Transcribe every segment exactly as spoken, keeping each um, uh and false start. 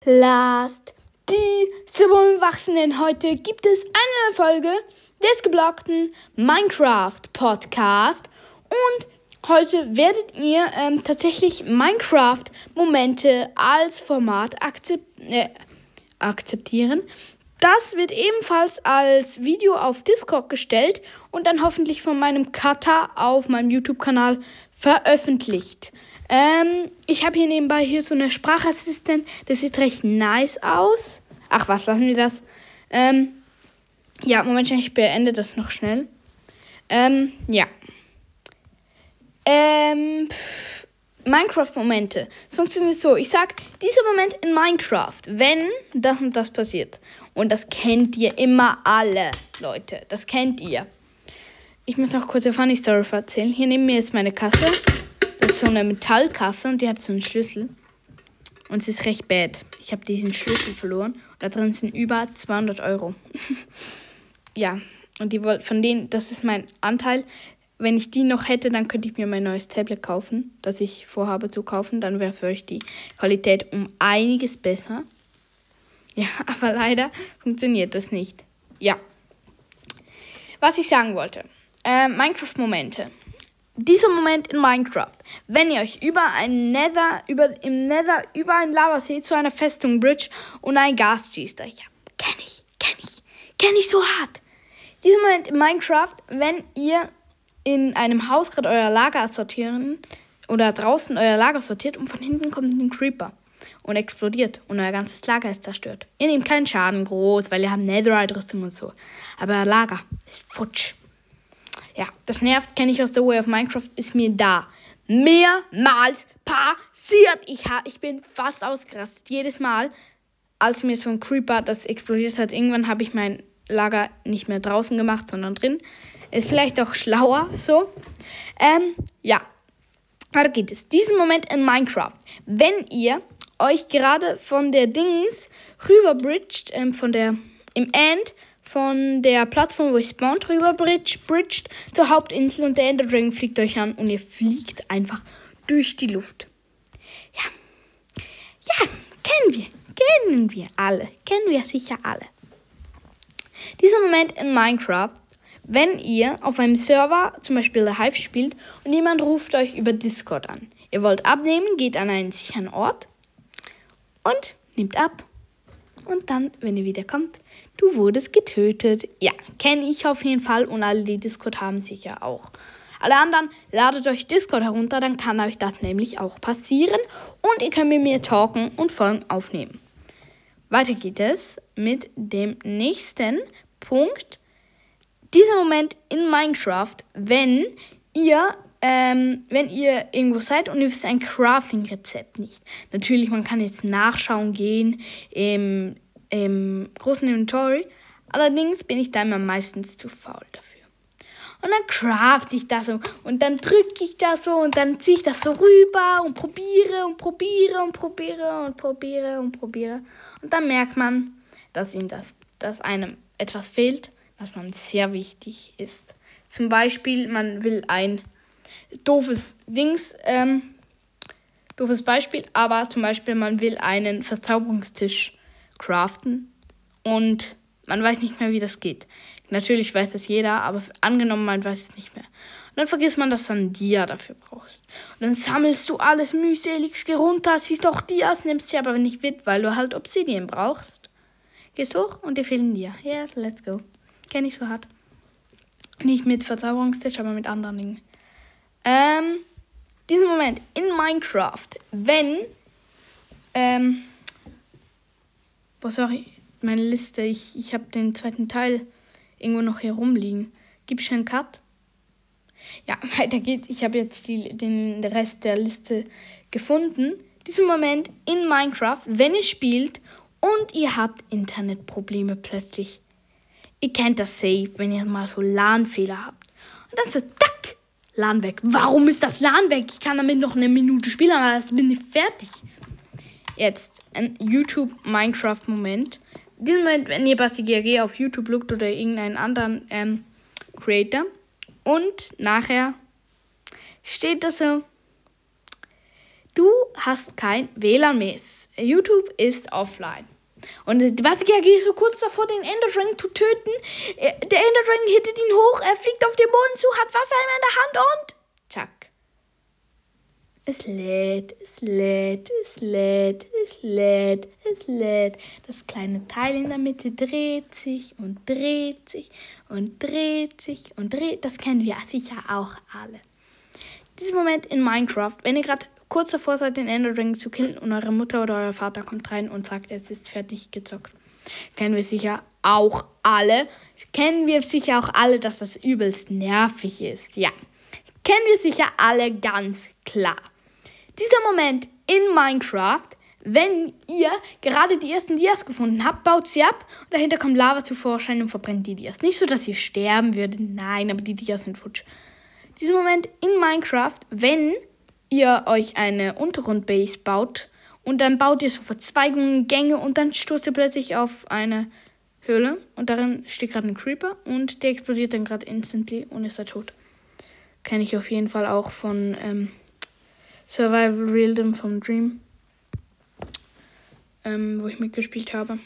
Last. Die Silberwachsenden. Heute gibt es eine Folge des geblockten Minecraft Podcast und heute werdet ihr ähm, tatsächlich Minecraft-Momente als Format akzep- äh, akzeptieren. Das wird ebenfalls als Video auf Discord gestellt und dann hoffentlich von meinem Cutter auf meinem YouTube-Kanal veröffentlicht. Ähm, ich habe hier nebenbei hier so eine Sprachassistent, das sieht recht nice aus. Ach was, lassen wir das. Ähm, ja, Moment, ich beende das noch schnell. Ähm, ja. Ähm, Minecraft-Momente. Es funktioniert so, ich sag, dieser Moment in Minecraft, wenn das und das passiert. Und das kennt ihr immer alle, Leute. Das kennt ihr. Ich muss noch kurz eine Funny Story erzählen. Hier neben mir ist meine Kasse. Das ist so eine Metallkasse und die hat so einen Schlüssel. Und es ist recht bad. Ich habe diesen Schlüssel verloren. Und da drin sind über zweihundert Euro. Ja, und die von denen, das ist mein Anteil. Wenn ich die noch hätte, dann könnte ich mir mein neues Tablet kaufen, das ich vorhabe zu kaufen. Dann wäre für euch die Qualität um einiges besser. Ja, aber leider funktioniert das nicht. Ja. Was ich sagen wollte. Äh, Minecraft-Momente. Dieser Moment in Minecraft, wenn ihr euch über ein Nether, über, im Nether, über ein Lavasee zu einer Festung bridge und ein Gas schießt euch ab. Kenn ich, kenn ich, kenn ich so hart. Dieser Moment in Minecraft, wenn ihr in einem Haus gerade euer Lager sortieren oder draußen euer Lager sortiert und von hinten kommt ein Creeper und explodiert und euer ganzes Lager ist zerstört. Ihr nehmt keinen Schaden groß, weil ihr habt Netherite-Rüstung und so. Aber euer Lager ist futsch. Ja, das nervt, kenne ich aus The Way of Minecraft, ist mir da mehrmals passiert. Ich, ha, ich bin fast ausgerastet. Jedes Mal, als mir so ein Creeper das explodiert hat, irgendwann habe ich mein Lager nicht mehr draußen gemacht, sondern drin. Ist vielleicht auch schlauer so. Ähm, ja, weiter geht es. Diesen Moment in Minecraft, wenn ihr euch gerade von der Dings rüberbridgt, ähm, von der, im End, von der Plattform, wo ihr spawnt, rüber bridged, bridged zur Hauptinsel und der Ender Dragon fliegt euch an und ihr fliegt einfach durch die Luft. Ja, ja, kennen wir, kennen wir alle, kennen wir sicher alle. Dieser Moment in Minecraft, wenn ihr auf einem Server, zum Beispiel The Hive, spielt und jemand ruft euch über Discord an. Ihr wollt abnehmen, geht an einen sicheren Ort und nehmt ab. Und dann, wenn ihr wiederkommt, du wurdest getötet. Ja, kenne ich auf jeden Fall und alle, die Discord haben, sicher auch. Alle anderen, ladet euch Discord herunter, dann kann euch das nämlich auch passieren. Und ihr könnt mit mir talken und Folgen aufnehmen. Weiter geht es mit dem nächsten Punkt. Dieser Moment in Minecraft, wenn ihr, ähm, wenn ihr irgendwo seid und ihr wisst ein Crafting-Rezept nicht. Natürlich, man kann jetzt nachschauen gehen im, im großen Inventory. Allerdings bin ich da immer meistens zu faul dafür. Und dann crafte ich das so und dann drücke ich das so und dann ziehe ich das so rüber und probiere und probiere und probiere und probiere und probiere. Und dann merkt man, dass ihm das, dass einem etwas fehlt, was man sehr wichtig ist. Zum Beispiel, man will ein doofes Dings, ähm, doofes Beispiel, aber zum Beispiel, man will einen Verzauberungstisch craften und man weiß nicht mehr, wie das geht. Natürlich weiß das jeder, aber angenommen, man weiß es nicht mehr. Und dann vergisst man, dass du ein Dia dafür brauchst. Und dann sammelst du alles mühselig runter, siehst auch Dias, nimmst sie aber nicht mit, weil du halt Obsidian brauchst. Gehst hoch und dir fehlen Dia. Ja, yeah, let's go. Kenn ich so hart. Nicht mit Verzauberungstisch, aber mit anderen Dingen. Ähm, diesen Moment in Minecraft, wenn, ähm, boah, sorry, meine Liste, ich, ich habe den zweiten Teil irgendwo noch hier rumliegen. Gib schon einen Cut. Ja, weiter geht's. Ich habe jetzt die, den Rest der Liste gefunden. Diesen Moment in Minecraft, wenn ihr spielt und ihr habt Internetprobleme plötzlich. Ihr kennt das safe, wenn ihr mal so LAN-Fehler habt. Und dann so, tack, LAN weg. Warum ist das LAN weg? Ich kann damit noch eine Minute spielen, aber das bin ich fertig. Jetzt ein YouTube-Minecraft-Moment. Diesen Moment, wenn ihr Basti G A G auf YouTube guckt oder irgendeinen anderen ähm, Creator. Und nachher steht das so. du hast kein W L A N mehr. YouTube ist offline. Und was ich so kurz davor, den Ender Dragon zu töten. Der Ender Dragon hittet ihn hoch, er fliegt auf den Boden zu, hat Wasser in der Hand und tschack. Es lädt, es lädt, es lädt, es lädt, es lädt. Das kleine Teil in der Mitte dreht sich und dreht sich und dreht sich und dreht. Das kennen wir sicher auch alle. Dieser Moment in Minecraft, wenn ihr gerade kurz davor seid, den Ender Dragon zu killen und eure Mutter oder euer Vater kommt rein und sagt, es ist fertig gezockt. Kennen wir sicher auch alle. Kennen wir sicher auch alle, dass das übelst nervig ist. Ja, kennen wir sicher alle ganz klar. Dieser Moment in Minecraft, wenn ihr gerade die ersten Dias gefunden habt, baut sie ab und dahinter kommt Lava zu Vorschein und verbrennt die Dias. Nicht so, dass ihr sterben würdet, nein, aber die Dias sind futsch. Dieser Moment in Minecraft, wenn ihr euch eine Untergrundbase baut und dann baut ihr so Verzweigungen, Gänge und dann stoßt ihr plötzlich auf eine Höhle und darin steht gerade ein Creeper und der explodiert dann gerade instantly und ist da tot. Kenne ich auf jeden Fall auch von ähm, Survival Realm vom Dream, ähm, wo ich mitgespielt habe.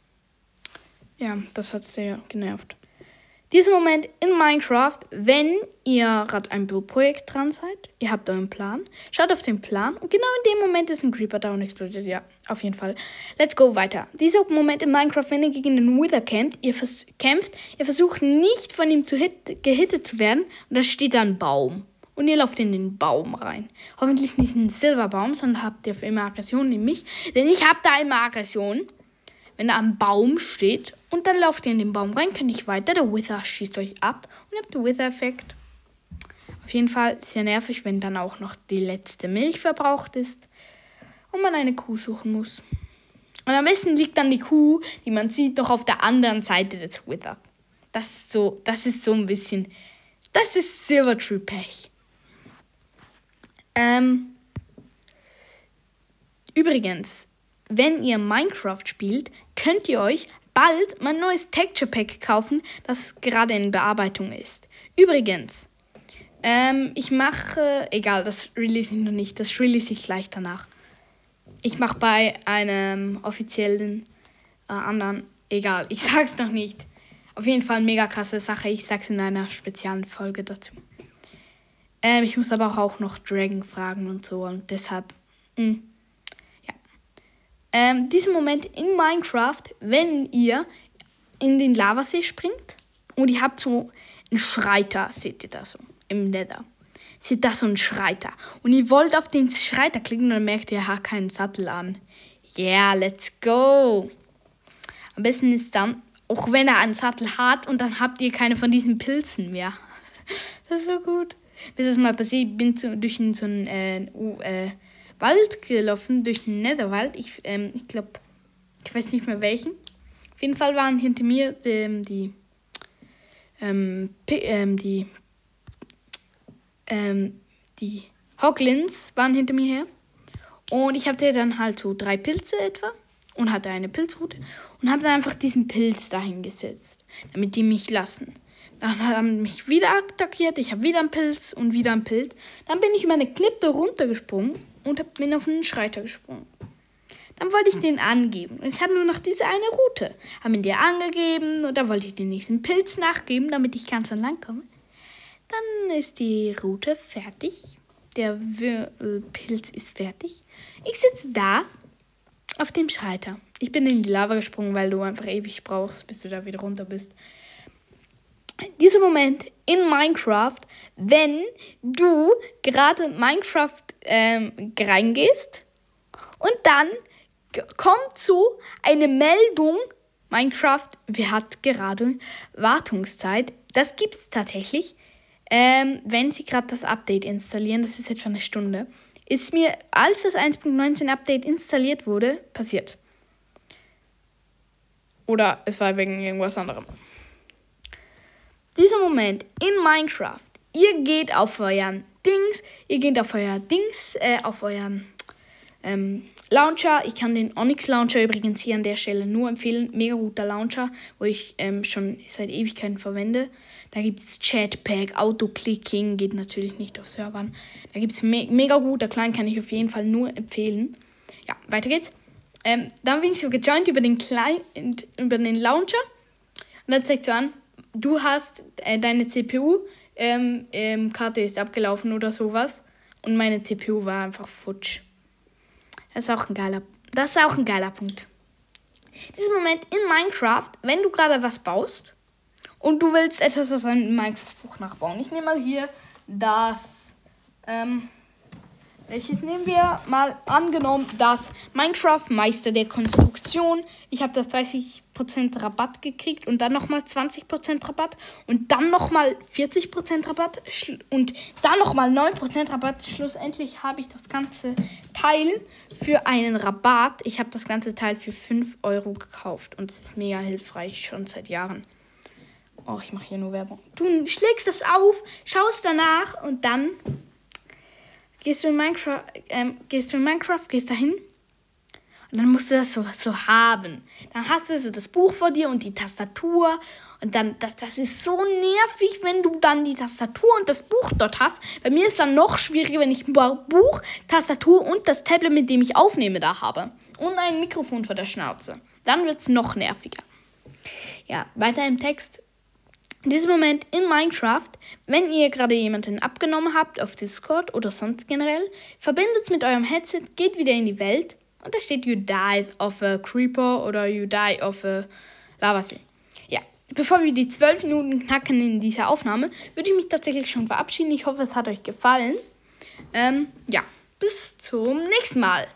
Ja, das hat sehr genervt. Dieser Moment in Minecraft, wenn ihr gerade ein Build-Projekt dran seid, ihr habt euren Plan, schaut auf den Plan und genau in dem Moment ist ein Creeper da und explodiert. Ja, auf jeden Fall. Let's go weiter. Dieser Moment in Minecraft, wenn ihr gegen den Wither kämpft, ihr, vers- kämpft, ihr versucht nicht von ihm zu hit- gehittet zu werden und da steht da ein Baum. Und ihr lauft in den Baum rein. Hoffentlich nicht in den Silberbaum, sondern habt ihr für immer Aggression in mich. Denn ich habe da immer Aggression. Wenn da ein Baum steht und dann lauft ihr in den Baum rein, könnt ihr weiter. Der Wither schießt euch ab und ihr habt den Wither-Effekt. Auf jeden Fall sehr nervig, wenn dann auch noch die letzte Milch verbraucht ist und man eine Kuh suchen muss. Und am besten liegt dann die Kuh, die man sieht, doch auf der anderen Seite des Wither. Das ist so, das ist so ein bisschen, das ist Silvertree Pech. Ähm, übrigens, wenn ihr Minecraft spielt, könnt ihr euch bald mein neues Texture Pack kaufen, das gerade in Bearbeitung ist. Übrigens, ähm, ich mache, egal, das release ich noch nicht, das release ich gleich danach. Ich mache bei einem offiziellen äh, anderen, egal, ich sag's noch nicht. Auf jeden Fall eine mega krasse Sache, ich sag's in einer speziellen Folge dazu. Ähm, ich muss aber auch noch Dragon fragen und so und deshalb, mh, ja. Ähm, dieser Moment in Minecraft, wenn ihr in den Lavasee springt und ihr habt so einen Schreiter, seht ihr da so, im Nether. Seht da so einen Schreiter und ihr wollt auf den Schreiter klicken und dann merkt ihr, ihr habt keinen Sattel an. Yeah, let's go. Am besten ist dann, auch wenn er einen Sattel hat und dann habt ihr keine von diesen Pilzen mehr. Das ist so gut. Bis es mal passiert, ich bin zu, durch so einen äh, uh, äh, Wald gelaufen, durch den Netherwald. Ich, ähm, ich glaube, ich weiß nicht mehr welchen. Auf jeden Fall waren hinter mir ähm, die, ähm, P- ähm, die, ähm, die Hoglins waren hinter mir her. Und ich hatte dann halt so drei Pilze etwa und hatte eine Pilzroute und habe dann einfach diesen Pilz dahin gesetzt, damit die mich lassen. Dann haben mich wieder attackiert, ich habe wieder einen Pilz und wieder einen Pilz. Dann bin ich über eine Klippe runtergesprungen und bin auf einen Schreiter gesprungen. Dann wollte ich den angeben und ich hatte nur noch diese eine Route. Habe ihn dir angegeben und dann wollte ich den nächsten Pilz nachgeben, damit ich ganz an lang komme. Dann ist die Route fertig. Der Pilz ist fertig. Ich sitze da auf dem Schreiter. Ich bin in die Lava gesprungen, weil du einfach ewig brauchst, bis du da wieder runter bist. Dieser Moment in Minecraft, wenn du gerade Minecraft ähm, reingehst und dann g- kommt so eine Meldung, Minecraft wir hat gerade Wartungszeit. Das gibt es tatsächlich, ähm, wenn sie gerade das Update installieren, das ist etwa eine Stunde, ist mir, als das eins Punkt neunzehn Update installiert wurde, passiert. Oder es war wegen irgendwas anderem. Dieser Moment in Minecraft, ihr geht auf euren Dings, ihr geht auf euer Dings, äh, auf euren ähm, Launcher, ich kann den Onyx Launcher übrigens hier an der Stelle nur empfehlen. Mega guter Launcher, wo ich ähm, schon seit Ewigkeiten verwende. Da gibt es Chatpack, Autoclicking, geht natürlich nicht auf Servern. Da gibt es me- mega guter Client, kann ich auf jeden Fall nur empfehlen. Ja, weiter geht's. Ähm, dann bin ich so gejoint über den Client, über den Launcher. Und dann zeigt so an, du hast äh, deine C P U, ähm, ähm, Karte ist abgelaufen oder sowas. Und meine C P U war einfach futsch. Das ist auch ein geiler, das ist auch ein geiler Punkt. Dieser Moment in Minecraft, wenn du gerade was baust und du willst etwas aus einem Minecraft-Buch nachbauen. Ich nehme mal hier das, ähm, welches nehmen wir? Mal angenommen, das Minecraft Meister der Konstruktion. Ich habe das dreißig Prozent Rabatt gekriegt und dann nochmal zwanzig Prozent Rabatt und dann nochmal vierzig Prozent Rabatt und dann nochmal neun Prozent Rabatt. Schlussendlich habe ich das ganze Teil für einen Rabatt. Ich habe das ganze Teil für fünf Euro gekauft und es ist mega hilfreich, schon seit Jahren. Oh, ich mache hier nur Werbung. Du schlägst das auf, schaust danach und dann gehst du in Minecraft, ähm, gehst du in Minecraft, gehst dahin und dann musst du das so, so haben. Dann hast du so das Buch vor dir und die Tastatur und dann, das, das ist so nervig, wenn du dann die Tastatur und das Buch dort hast. Bei mir ist dann noch schwieriger, wenn ich ein Buch, Tastatur und das Tablet, mit dem ich aufnehme, da habe. Und ein Mikrofon vor der Schnauze. Dann wird es noch nerviger. Ja, weiter im Text. In diesem Moment in Minecraft, wenn ihr gerade jemanden abgenommen habt auf Discord oder sonst generell, verbindet es mit eurem Headset, geht wieder in die Welt und da steht you died of a creeper oder you died of a Lavasee. Ja, bevor wir die zwölf Minuten knacken in dieser Aufnahme, würde ich mich tatsächlich schon verabschieden. Ich hoffe, es hat euch gefallen. Ähm, ja, bis zum nächsten Mal.